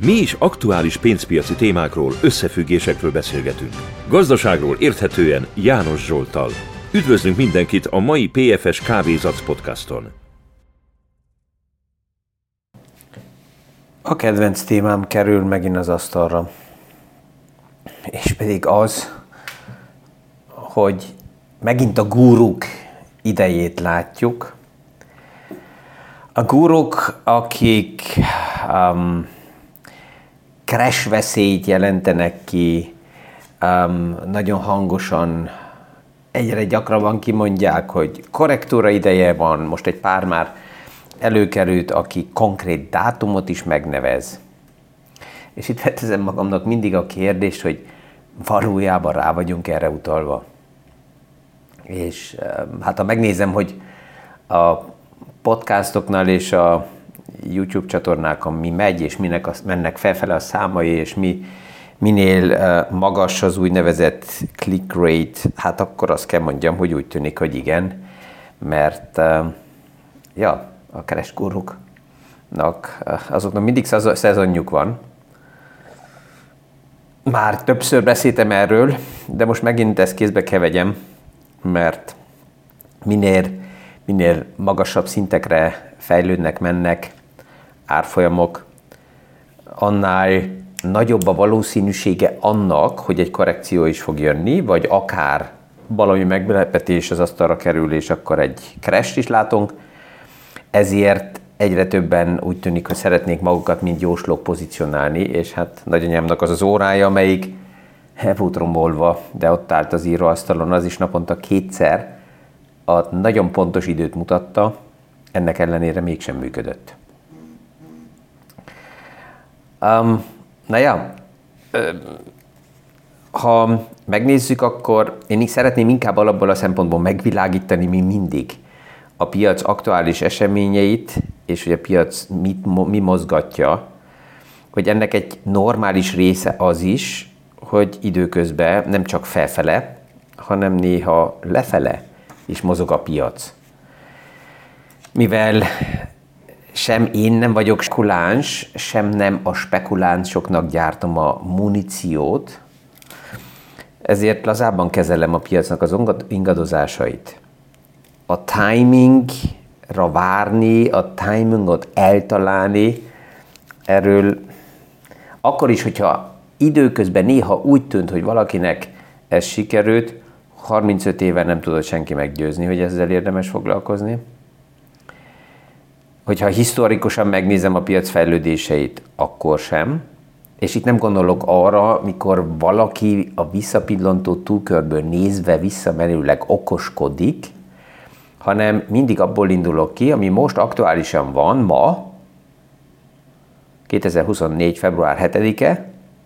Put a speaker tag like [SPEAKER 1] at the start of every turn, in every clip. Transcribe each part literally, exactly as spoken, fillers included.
[SPEAKER 1] Mi is aktuális pénzpiaci témákról, összefüggésekről beszélgetünk. Gazdaságról érthetően János Zsolttal. Üdvözlünk mindenkit a mai pé ef es Kávézac podcaston.
[SPEAKER 2] A kedvenc témám kerül megint az asztalra. És pedig az, hogy megint a gúruk idejét látjuk. A gúruk, akik um, crash veszélyt jelentenek ki, um, nagyon hangosan, egyre gyakrabban kimondják, hogy korrektúra ideje van, most egy pár már előkerült, aki konkrét dátumot is megnevez. És itt vetezem magamnak mindig a kérdést, hogy valójában rá vagyunk erre utalva. És hát ha megnézem, hogy a podcastoknál és a YouTube csatornákon mi megy, és minek az, mennek felfele a számai, és mi, minél uh, magas az úgynevezett click rate, hát akkor azt kell mondjam, hogy úgy tűnik, hogy igen, mert uh, ja, a crash guruknak uh, azoknak mindig szezonjuk van. Már többször beszéltem erről, de most megint ezt kézbe kell vegyem, mert minél, minél magasabb szintekre fejlődnek, mennek árfolyamok, annál nagyobb a valószínűsége annak, hogy egy korrekció is fog jönni, vagy akár valami meglepetés az asztalra kerül, és akkor egy crash is látunk. Ezért egyre többen úgy tűnik, hogy szeretnék magukat mint jóslók pozícionálni, és hát nagyanyámnak az az órája, amelyik el volt rombolva, de ott állt az íróasztalon, az is naponta kétszer a nagyon pontos időt mutatta, ennek ellenére mégsem működött. Um, na ja, ha megnézzük, akkor én így szeretném inkább alapból a szempontból megvilágítani, mi mindig a piac aktuális eseményeit, és hogy a piac mit, mi mozgatja, hogy ennek egy normális része az is, hogy időközben nem csak felfele, hanem néha lefele is mozog a piac. Mivel sem én nem vagyok spekuláns, sem nem a spekulánsoknak gyártom a muníciót, ezért lazábban kezelem a piacnak az ingadozásait. A timingra várni, a timingot eltalálni, erről akkor is, hogyha időközben néha úgy tűnt, hogy valakinek ez sikerült, harmincöt éve nem tudott senki meggyőzni, hogy ezzel érdemes foglalkozni. Hogyha historikusan megnézem a piac fejlődéseit, akkor sem. És itt nem gondolok arra, mikor valaki a visszapillantó túlkörből nézve visszamenőleg okoskodik, hanem mindig abból indulok ki, ami most aktuálisan van, ma, kétezer-huszonnégy. február hetedike,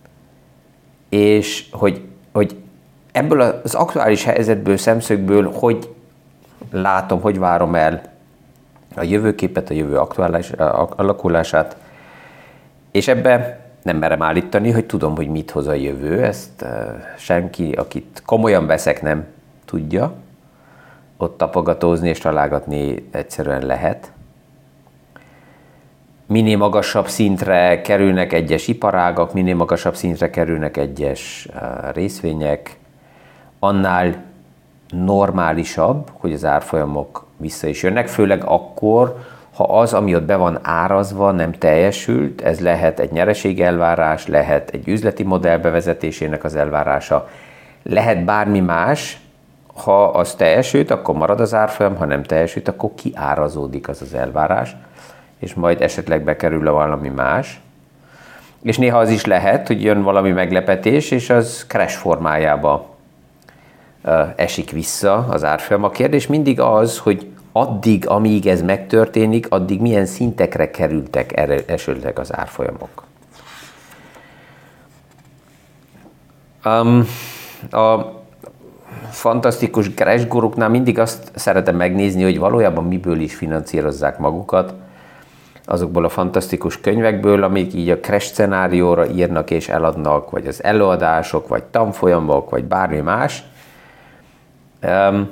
[SPEAKER 2] és hogy, hogy ebből az aktuális helyzetből, szemszögből, hogy látom, hogy várom el a jövőképet, a jövő aktuális alakulását, és ebbe nem merem állítani, hogy tudom, hogy mit hoz a jövő, ezt senki, akit komolyan veszek, nem tudja. Ott tapogatózni és találgatni egyszerűen lehet. Minél magasabb szintre kerülnek egyes iparágak, minél magasabb szintre kerülnek egyes részvények, annál normálisabb, hogy az árfolyamok vissza is jönnek, főleg akkor, ha az, ami ott be van árazva, nem teljesült, ez lehet egy nyereségelvárás, lehet egy üzleti modell bevezetésének az elvárása, lehet bármi más. Ha az teljesült, akkor marad az árfolyam, ha nem teljesült, akkor kiárazódik az az elvárás, és majd esetleg bekerül a valami más. És néha az is lehet, hogy jön valami meglepetés, és az crash formájába esik vissza az árfolyam. A kérdés mindig az, hogy addig, amíg ez megtörténik, addig milyen szintekre kerültek esetleg az árfolyamok. Um, a fantasztikus crash guruknál mindig azt szeretem megnézni, hogy valójában miből is finanszírozzák magukat, azokból a fantasztikus könyvekből, amik így a crash szenárióra írnak és eladnak, vagy az előadások, vagy tanfolyamok, vagy bármi más. Um,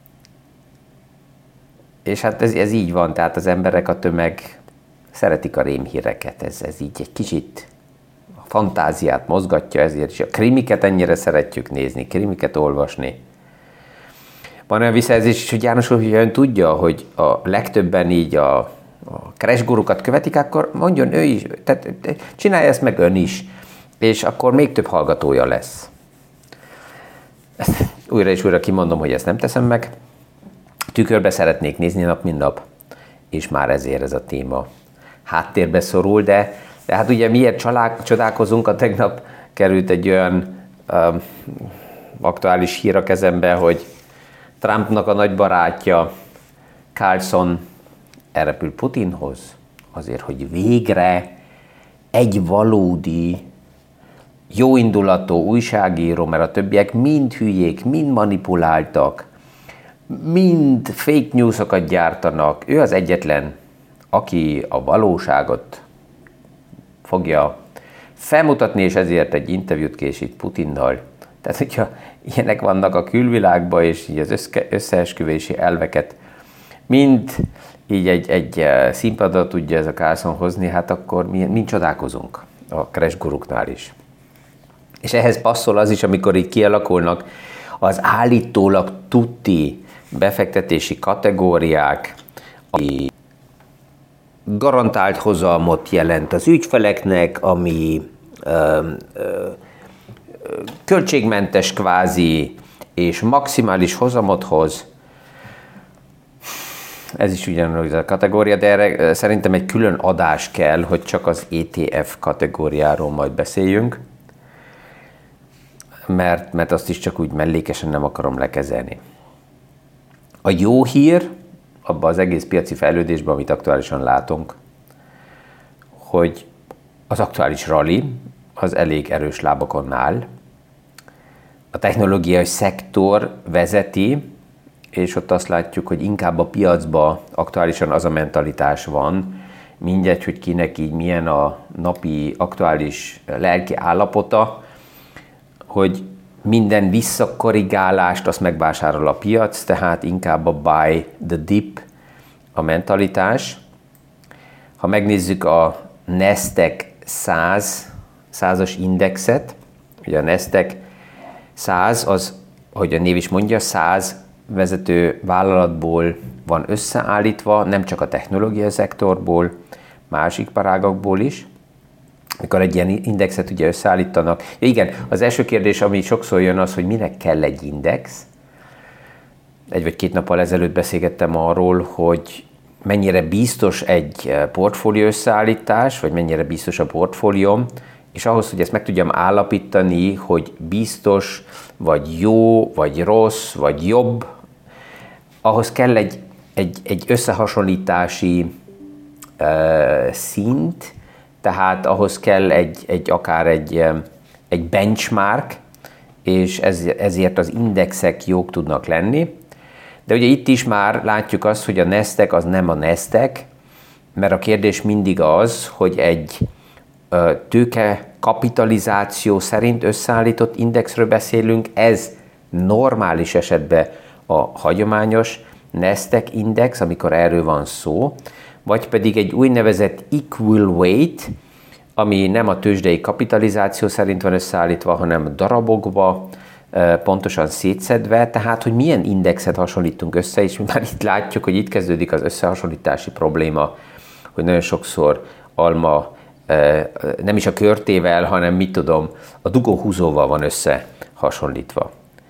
[SPEAKER 2] és hát ez, ez így van, tehát az emberek, a tömeg szeretik a rémhíreket, ez, ez így egy kicsit fantáziát mozgatja, ezért is a krimiket ennyire szeretjük nézni, krimiket olvasni. Van olyan visszajelzés is, hogy János úr, hogy ön tudja, hogy a legtöbben így a, a crash gurukat követik, akkor mondjon ő is, tehát csinálja ezt meg ön is, és akkor még több hallgatója lesz. Ezt újra és újra kimondom, hogy ezt nem teszem meg. Tükörbe szeretnék nézni nap, mint nap, és már ezért ez a téma háttérbe szorul, de, de hát ugye miért csalák, csodálkozunk, a tegnap került egy olyan um, aktuális hír a kezembe, hogy Trumpnak a nagy barátja, Carlson elrepül Putinhoz, azért, hogy végre egy valódi, jóindulatú újságíró, mert a többiek mind hülyék, mind manipuláltak, mind fake newsokat gyártanak. Ő az egyetlen, aki a valóságot fogja felmutatni, és ezért egy interjút készít Putinnal. Tehát, hogyha ilyenek vannak a külvilágban, és így az összeesküvési elveket mind így egy, egy színpadra tudja ez a Carlson hozni, hát akkor mi, mind csodálkozunk a crash guruknál is. És ehhez passzol az is, amikor így kialakulnak az állítólag tuti befektetési kategóriák, ami garantált hozamot jelent az ügyfeleknek, ami ö, ö, költségmentes kvázi és maximális hozamot hoz. Ez is ugyanúgy a kategória, de erre szerintem egy külön adás kell, hogy csak az é té ef kategóriáról majd beszéljünk, mert, mert azt is csak úgy mellékesen nem akarom lekezelni. A jó hír abban az egész piaci fejlődésben, amit aktuálisan látunk, hogy az aktuális rally az elég erős lábakon áll. A technológiai szektor vezeti, és ott azt látjuk, hogy inkább a piacban aktuálisan az a mentalitás van, mindegy, hogy kinek így milyen a napi aktuális lelki állapota, hogy minden visszakorrigálást azt megvásárol a piac, tehát inkább a buy the dip a mentalitás. Ha megnézzük a Nasdaq száz, százas indexet, ugye a Nasdaq száz, az, ahogy a név is mondja, száz vezető vállalatból van összeállítva, nem csak a technológiai szektorból, más iparágakból is. Mikor egy ilyen indexet ugye összeállítanak. Ja, igen, az első kérdés, ami sokszor jön, az, hogy minek kell egy index. Egy vagy két nappal ezelőtt beszélgettem arról, hogy mennyire biztos egy portfólió összeállítás, vagy mennyire biztos a portfólióm, és ahhoz, hogy ezt meg tudjam állapítani, hogy biztos, vagy jó, vagy rossz, vagy jobb, ahhoz kell egy, egy, egy összehasonlítási uh, szint, tehát ahhoz kell egy, egy akár egy, egy benchmark, és ez, ezért az indexek jók tudnak lenni. De ugye itt is már látjuk azt, hogy a Nasdaq az nem a Nasdaq, mert a kérdés mindig az, hogy egy tőke kapitalizáció szerint összeállított indexről beszélünk, ez normális esetben a hagyományos Nasdaq index, amikor erről van szó, vagy pedig egy úgynevezett equal weight, ami nem a tőzsdei kapitalizáció szerint van összeállítva, hanem darabokba, pontosan szétszedve, tehát hogy milyen indexet hasonlítunk össze, és már itt látjuk, hogy itt kezdődik az összehasonlítási probléma, hogy nagyon sokszor alma nem is a körtével, hanem mit tudom, a dugóhúzóval van összehasonlítva.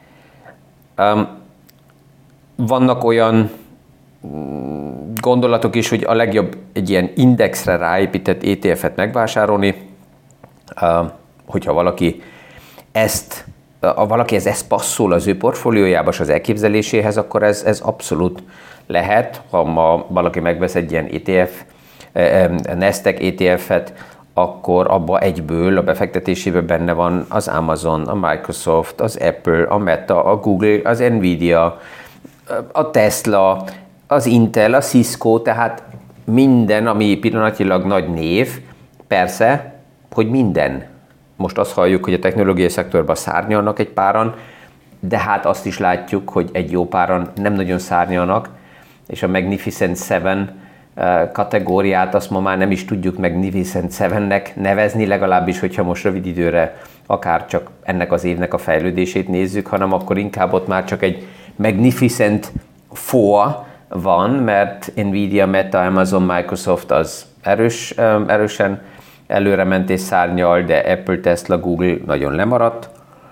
[SPEAKER 2] Vannak olyan gondolatok is, hogy a legjobb egy ilyen indexre ráépített é té ef-et megvásárolni, hogyha valaki ezt, ha valaki ez, ez passzol az ő portfóliójába és az elképzeléséhez, akkor ez, ez abszolút lehet. Ha ma valaki megvesz egy ilyen é té ef, Nasdaq é té ef-et, akkor abba egyből a befektetésében benne van az Amazon, a Microsoft, az Apple, a Meta, a Google, az Nvidia, a Tesla, az Intel, a Cisco, tehát minden, ami pillanatilag nagy név, persze, hogy minden. Most azt halljuk, hogy a technológiai szektorban szárnyalnak egy páran, de hát azt is látjuk, hogy egy jó páran nem nagyon szárnyalnak, és a Magnificent Seven kategóriát azt ma már nem is tudjuk Magnificent Sevennek nevezni, legalábbis, hogyha most rövid időre akár csak ennek az évnek a fejlődését nézzük, hanem akkor inkább ott már csak egy Magnificent Four van, mert Nvidia, Meta, Amazon, Microsoft az erős, erősen előre ment és szárnyal, de Apple, Tesla, Google nagyon lemaradt.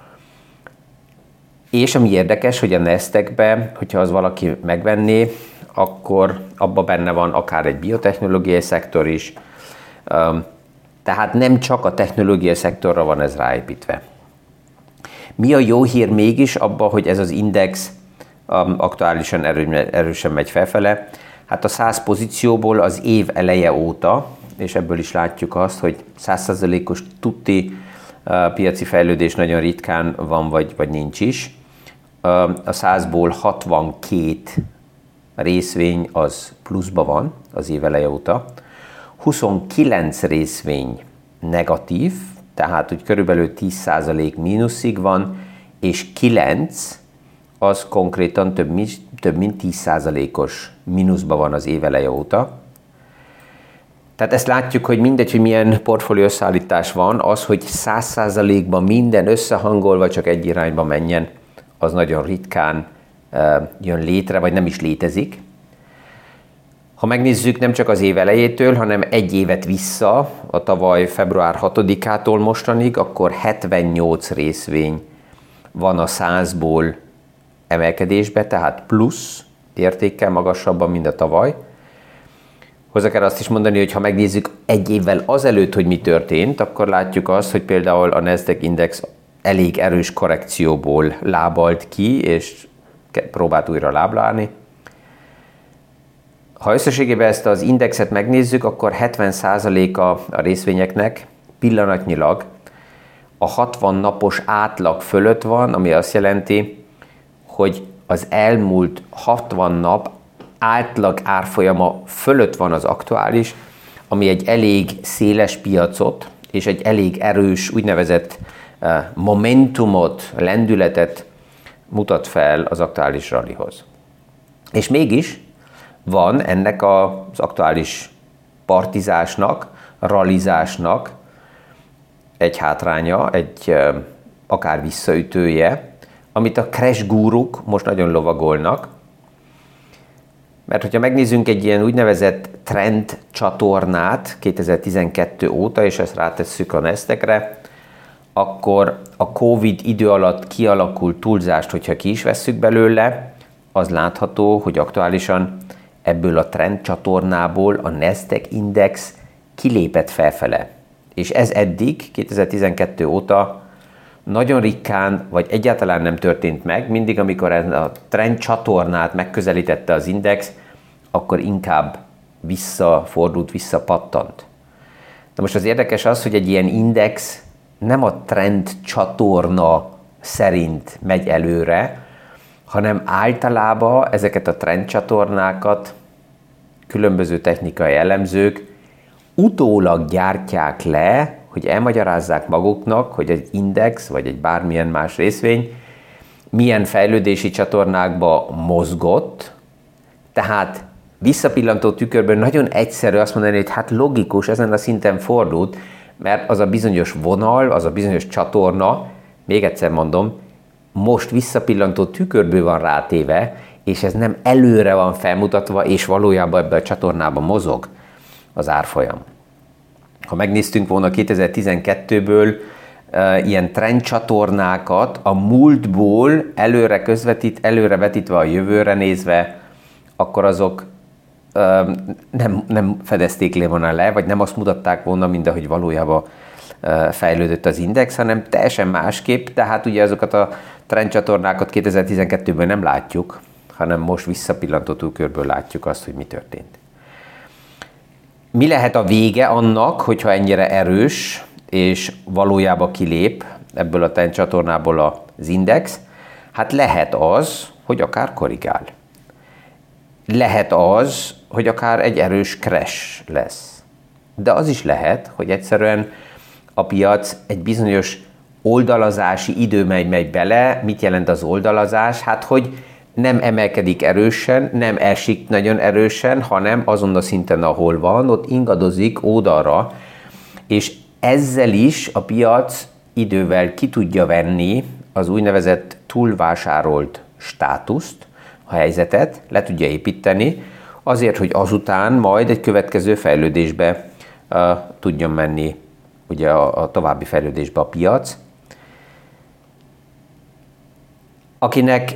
[SPEAKER 2] És ami érdekes, hogy a Nasdaqbe, hogyha az valaki megvenné, akkor abban benne van akár egy biotechnológiai szektor is, tehát nem csak a technológiai szektorra van ez ráépítve. Mi a jó hír mégis abban, hogy ez az index aktuálisan erősen megy felfele? Hát a száz pozícióból az év eleje óta, és ebből is látjuk azt, hogy száz százalékos tuti piaci fejlődés nagyon ritkán van, vagy, vagy nincs is. A százból hatvankét részvény az pluszban van az év eleje óta. huszonkilenc részvény negatív, tehát hogy körülbelül tíz százalék mínuszig van, és kilenc az konkrétan több, több mint tíz százalékos mínuszban van az év eleje óta. Tehát ezt látjuk, hogy mindegy, hogy milyen portfólió összeállítás van, az, hogy száz százalékban minden összehangolva csak egy irányba menjen, az nagyon ritkán uh, jön létre, vagy nem is létezik. Ha megnézzük nem csak az év elejétől, hanem egy évet vissza, a tavaly február hatodikától mostanig, akkor hetvennyolc részvény van a százból emelkedésbe, tehát plusz értékkel magasabban, mint a tavaly. Hozzá kell azt is mondani, hogy ha megnézzük egy évvel azelőtt, hogy mi történt, akkor látjuk azt, hogy például a Nasdaq Index elég erős korrekcióból lábalt ki, és próbált újra láblálni. Ha összességében ezt az indexet megnézzük, akkor hetven százaléka a részvényeknek pillanatnyilag a hatvan napos átlag fölött van, ami azt jelenti, hogy az elmúlt hatvan nap átlag árfolyama fölött van az aktuális, ami egy elég széles piacot és egy elég erős úgynevezett momentumot, lendületet mutat fel az aktuális rallihoz. És mégis van ennek az aktuális partizásnak, rallizásnak egy hátránya, egy akár visszaütője, amit a crash guruk most nagyon lovagolnak. Mert hogyha megnézzünk egy ilyen úgynevezett trend csatornát kétezer-tizenkettő óta, és ezt rátesszük a Nasdaqre, akkor a Covid idő alatt kialakult túlzást, hogyha ki is vesszük belőle, az látható, hogy aktuálisan ebből a trend csatornából a Nasdaq Index kilépett felfele. És ez eddig, kétezer-tizenkettő óta nagyon ritkán, vagy egyáltalán nem történt meg, mindig, amikor ez a trend csatornát megközelítette az index, akkor inkább visszafordult, visszapattant. De most az érdekes az, hogy egy ilyen index nem a trend csatorna szerint megy előre, hanem általában ezeket a trend csatornákat különböző technikai elemzők utólag gyártják le, hogy elmagyarázzák maguknak, hogy egy index, vagy egy bármilyen más részvény milyen fejlődési csatornákba mozgott, tehát visszapillantó tükörből nagyon egyszerű azt mondani, hogy hát logikus, ezen a szinten fordult, mert az a bizonyos vonal, az a bizonyos csatorna, még egyszer mondom, most visszapillantó tükörből van rátéve, és ez nem előre van felmutatva, és valójában ebben a csatornában mozog az árfolyam. Ha megnéztünk volna kétezer-tizenkettőből uh, ilyen trendcsatornákat a múltból előre közvetít, előre vetítve a jövőre nézve, akkor azok uh, nem, nem fedezték le volna le, vagy nem azt mutatták volna, mint ahogy valójában uh, fejlődött az index, hanem teljesen másképp, tehát ugye azokat a trendcsatornákat kétezer-tizenkettőben nem látjuk, hanem most visszapillantó tükörből látjuk azt, hogy mi történt. Mi lehet a vége annak, hogyha ennyire erős, és valójában kilép ebből a trendcsatornából az index? Hát lehet az, hogy akár korrigál. Lehet az, hogy akár egy erős crash lesz. De az is lehet, hogy egyszerűen a piac egy bizonyos oldalazási idő megy, megy bele. Mit jelent az oldalazás? Hát, hogy nem emelkedik erősen, nem esik nagyon erősen, hanem azon a szinten, ahol van, ott ingadozik oldalra, és ezzel is a piac idővel ki tudja venni az úgynevezett túlvásárolt státuszt, a helyzetet, le tudja építeni, azért, hogy azután majd egy következő fejlődésbe uh, tudjon menni ugye a, a további fejlődésbe a piac. Akinek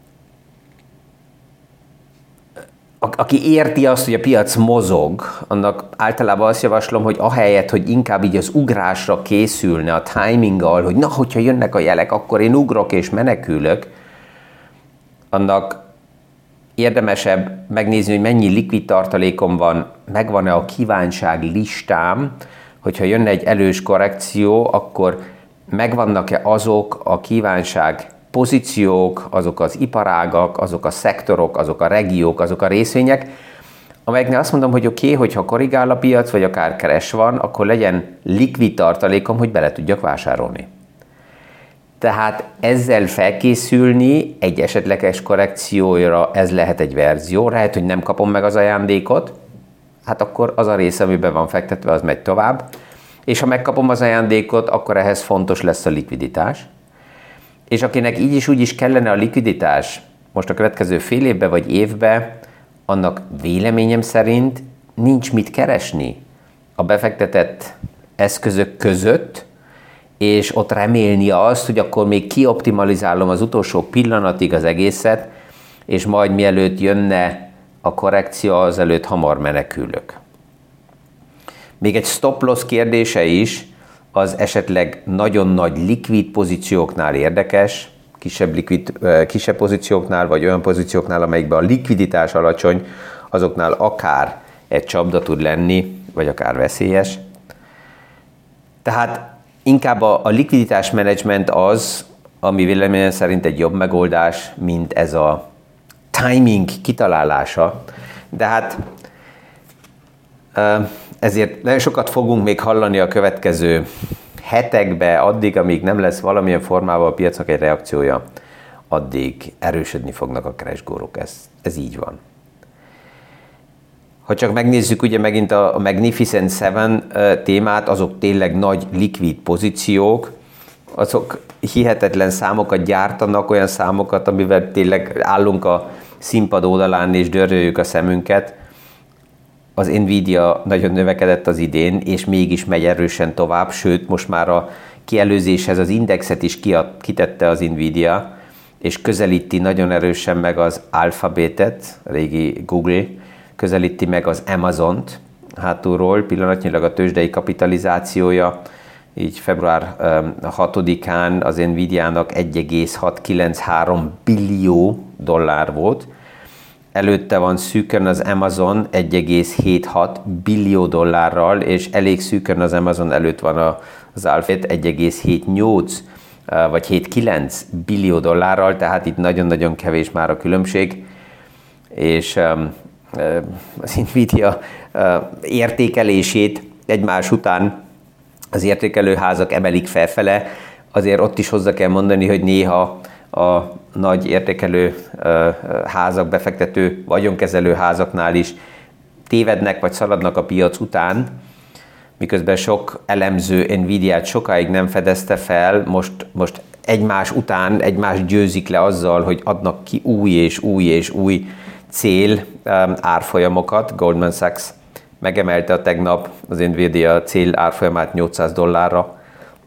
[SPEAKER 2] aki érti azt, hogy a piac mozog, annak általában azt javaslom, hogy ahelyett, hogy inkább így az ugrásra készülne a timinggal, hogy na, hogyha jönnek a jelek, akkor én ugrok és menekülök, annak érdemesebb megnézni, hogy mennyi likvid tartalékom van, megvan-e a kívánság listám, hogyha jönne egy elős korrekció, akkor megvannak-e azok a kívánság pozíciók, azok az iparágak, azok a szektorok, azok a regiók, azok a részvények, amelyeknél azt mondom, hogy oké, okay, hogyha korrigál a piac, vagy akár keres van, akkor legyen likvid tartalékom, hogy bele tudjak vásárolni. Tehát ezzel felkészülni egy esetleges korrekcióra, ez lehet egy verzió, lehet, hogy nem kapom meg az ajándékot, hát akkor az a része, amiben van fektetve, az megy tovább, és ha megkapom az ajándékot, akkor ehhez fontos lesz a likviditás. És akinek így is úgy is kellene a likviditás most a következő fél évben vagy évben, annak véleményem szerint nincs mit keresni a befektetett eszközök között, és ott remélni azt, hogy akkor még kioptimalizálom az utolsó pillanatig az egészet, és majd mielőtt jönne a korrekció, azelőtt hamar menekülök. Még egy stop loss kérdése is, az esetleg nagyon nagy likvid pozícióknál érdekes, kisebb, likvid, kisebb pozícióknál, vagy olyan pozícióknál, amelyikben a likviditás alacsony, azoknál akár egy csapda tud lenni, vagy akár veszélyes. Tehát inkább a, a likviditás menedzsment az, ami véleményem szerint egy jobb megoldás, mint ez a timing kitalálása. De hát ezért nagyon sokat fogunk még hallani a következő hetekbe, addig, amíg nem lesz valamilyen formában a piacnak egy reakciója, addig erősödni fognak a crash guruk. Ez, ez így van. Ha csak megnézzük ugye megint a Magnificent Seven témát, azok tényleg nagy likvid pozíciók, azok hihetetlen számokat gyártanak, olyan számokat, amivel tényleg állunk a színpad oldalán és dörröljük a szemünket. Az Nvidia nagyon növekedett az idén, és mégis megy erősen tovább, sőt, most már a kielőzéshez az indexet is kiad, kitette az Nvidia, és közelíti nagyon erősen meg az Alphabetet, a régi Google, közelíti meg az Amazont hátulról, pillanatnyilag a tőzsdei kapitalizációja, így február hatodikán az Nvidiának egy egész hatszázkilencvenhárom billió dollár volt, előtte van szűken az Amazon egy egész hetvenhat billió dollárral, és elég szűken az Amazon előtt van az Alphabet egy egész hetvennyolc vagy hetvenkilenc billió dollárral, tehát itt nagyon-nagyon kevés már a különbség, és az Nvidia értékelését egymás után az értékelőházak emelik felfele, azért ott is hozzá kell mondani, hogy néha a nagy értékelő házak, befektető, vagyonkezelő házaknál is tévednek, vagy szaladnak a piac után, miközben sok elemző Nvidiát sokáig nem fedezte fel, most, most egymás után egymást győzik le azzal, hogy adnak ki új és új és új cél árfolyamokat. Goldman Sachs megemelte a tegnap az Nvidia cél árfolyamát nyolcszáz dollárra,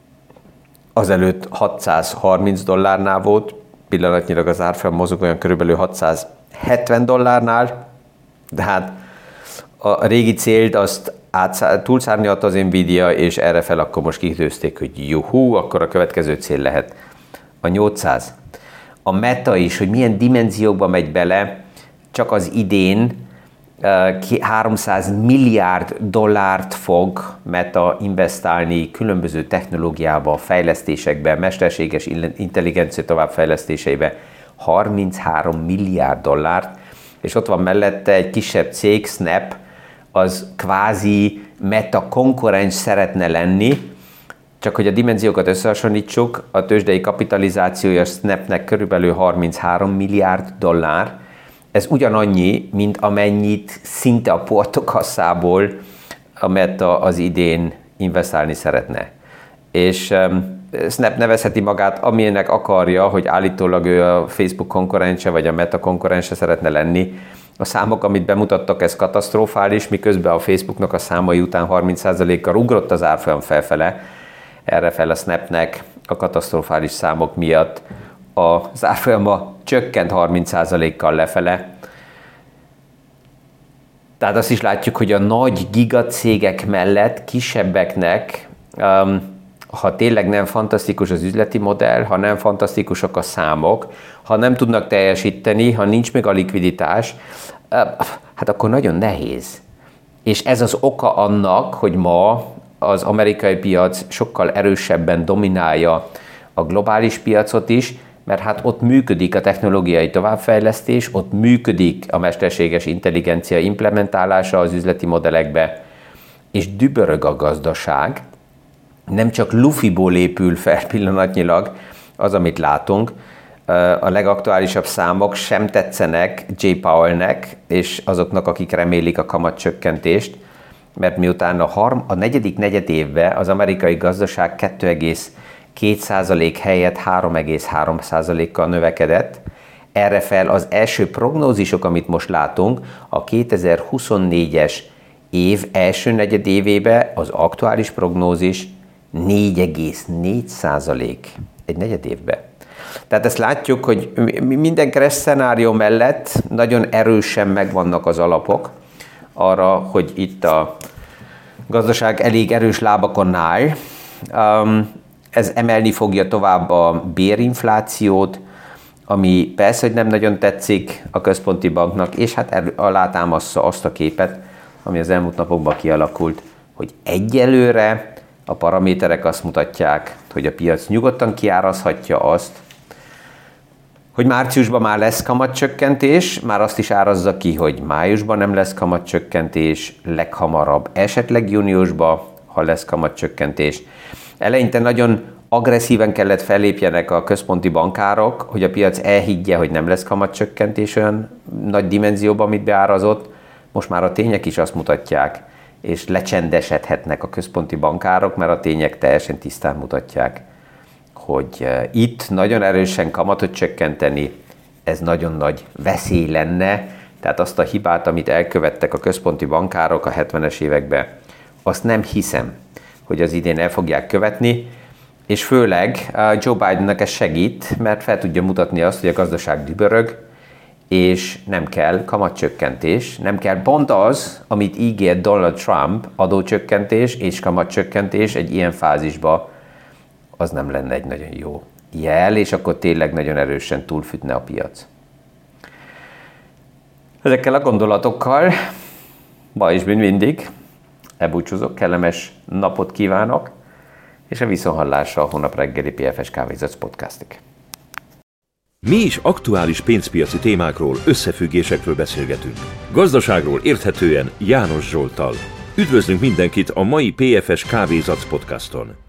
[SPEAKER 2] azelőtt hatszázharminc dollárnál volt, pillanatnyilag az árfolyam mozog olyan körülbelül hatszázhetven dollárnál, de hát a régi célt azt túlszárnyalta az Nvidia, és erre fel akkor most kitűzték, hogy juhú, akkor a következő cél lehet a nyolcszáz. A Meta is, hogy milyen dimenziókba megy bele, csak az idén háromszáz milliárd dollárt fog Meta investálni különböző technológiába, fejlesztésekbe, mesterséges intelligencia továbbfejlesztéseibe, harminchárom milliárd dollárt, és ott van mellette egy kisebb cég, Snap, az kvázi Meta konkurens szeretne lenni, Csak hogy a dimenziókat összehasonlítsuk, a tőzsdei kapitalizációja a Snapnek körülbelül harminchárom milliárd dollár. Ez ugyanannyi, mint amennyit szinte a portokasszából a Meta az idén investálni szeretne. És um, Snap nevezheti magát, amilyennek akarja, hogy állítólag ő a Facebook konkurense, vagy a Meta konkurense szeretne lenni. A számok, amit bemutattak, ez katasztrofális, miközben a Facebooknak a számai után harminc százalékkal ugrott az árfolyam felfele. Erre fel a Snapnek a katasztrofális számok miatt az árfolyama csökkent harminc százalékkal lefele. Tehát azt is látjuk, hogy a nagy gigacégek mellett kisebbeknek, um, ha tényleg nem fantasztikus az üzleti modell, ha nem fantasztikusak a számok, ha nem tudnak teljesíteni, ha nincs meg a likviditás, uh, hát akkor nagyon nehéz. És ez az oka annak, hogy ma az amerikai piac sokkal erősebben dominálja a globális piacot is, mert hát ott működik a technológiai továbbfejlesztés, ott működik a mesterséges intelligencia implementálása az üzleti modellekbe, és dübörög a gazdaság. Nem csak lufiból épül fel pillanatnyilag az, amit látunk, a legaktuálisabb számok sem tetszenek Jay Powellnek, és azoknak, akik remélik a kamatcsökkentést, mert miután a, harm, a negyedik negyed évben az amerikai gazdaság kettő egész két százalék helyett három egész három százalékkal növekedett, erre fel az első prognózisok, amit most látunk, a kétezer-huszonnégyes év első negyed évébe az aktuális prognózis négy egész négy százalék egy negyed évbe. Tehát ezt látjuk, hogy minden kereszt szenárió mellett nagyon erősen megvannak az alapok arra, hogy itt a gazdaság elég erős lábakon áll. Um, ez emelni fogja tovább a bérinflációt, ami persze, hogy nem nagyon tetszik a központi banknak, és hát alátámasztja azt a képet, ami az elmúlt napokban kialakult, hogy egyelőre a paraméterek azt mutatják, hogy a piac nyugodtan kiárazhatja azt, hogy márciusban már lesz kamatcsökkentés, már azt is árazza ki, hogy májusban nem lesz kamatcsökkentés, leghamarabb esetleg júniusban, ha lesz kamatcsökkentés. Eleinte nagyon agresszíven kellett fellépjenek a központi bankárok, hogy a piac elhiggye, hogy nem lesz kamatcsökkentés olyan nagy dimenzióban, amit beárazott. Most már a tények is azt mutatják, és lecsendesedhetnek a központi bankárok, mert a tények teljesen tisztán mutatják, hogy itt nagyon erősen kamatot csökkenteni, ez nagyon nagy veszély lenne, tehát azt a hibát, amit elkövettek a központi bankárok a hetvenes években, azt nem hiszem, hogy az idén el fogják követni, és főleg Joe Bidennek ez segít, mert fel tudja mutatni azt, hogy a gazdaság dübörög, és nem kell kamatcsökkentés, nem kell pont az, amit ígért Donald Trump, adócsökkentés és kamatcsökkentés egy ilyen fázisban, az nem lenne egy nagyon jó jel, és akkor tényleg nagyon erősen túlfütne a piac. Ezekkel a gondolatokkal ma is, mint mindig, elbúcsúzok, kellemes napot kívánok, és a viszonthallásra a hónap reggeli pé ef es Kávézac podcastig.
[SPEAKER 1] Mi is aktuális pénzpiaci témákról, összefüggésekről beszélgetünk. Gazdaságról érthetően János Zsolttal. Üdvözlünk mindenkit a mai pé ef es Kávézac podcaston!